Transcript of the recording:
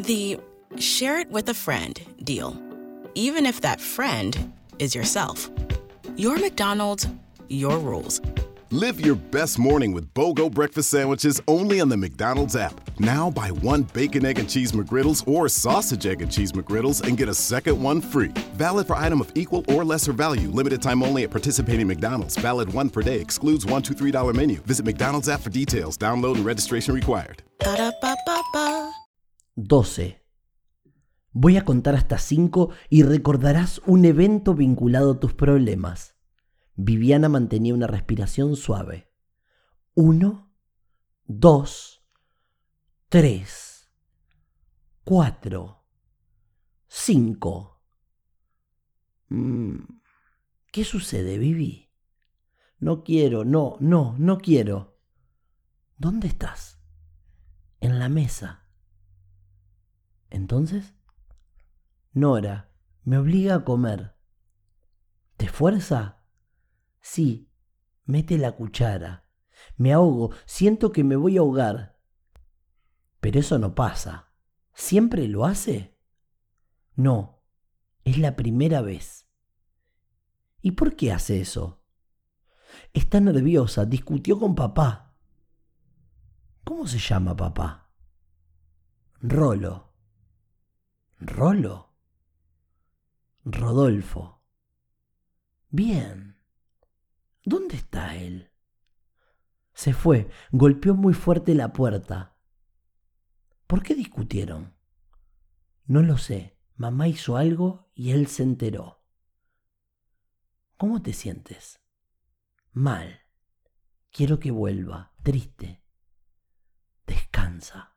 The share it with a friend deal, even if that friend is yourself. Your McDonald's, your rules. Live your best morning with BOGO breakfast sandwiches only on the McDonald's app. Now buy one bacon, egg, and cheese McGriddles or sausage, egg, and cheese McGriddles and get a second one free. Valid for item of equal or lesser value. Limited time only at participating McDonald's. Valid one per day. Excludes $1, $2, $3 menu. Visit McDonald's app for details. Download and registration required. Ba-da-ba-ba-ba. 12. Voy a contar hasta 5 y recordarás un evento vinculado a tus problemas. Viviana mantenía una respiración suave. 1, 2, 3, 4, 5. ¿Qué sucede, Vivi? No quiero, no quiero. ¿Dónde estás? En la mesa. ¿Entonces? Nora, me obliga a comer. ¿Te fuerza? Sí, mete la cuchara. Me ahogo, siento que me voy a ahogar. Pero eso no pasa. ¿Siempre lo hace? No, es la primera vez. ¿Y por qué hace eso? Está nerviosa, discutió con papá. ¿Cómo se llama papá? Rolo. ¿Rolo? Rodolfo. Bien. ¿Dónde está él? Se fue, golpeó muy fuerte la puerta. ¿Por qué discutieron? No lo sé. Mamá hizo algo y él se enteró. ¿Cómo te sientes? Mal. Quiero que vuelva. Triste. Descansa.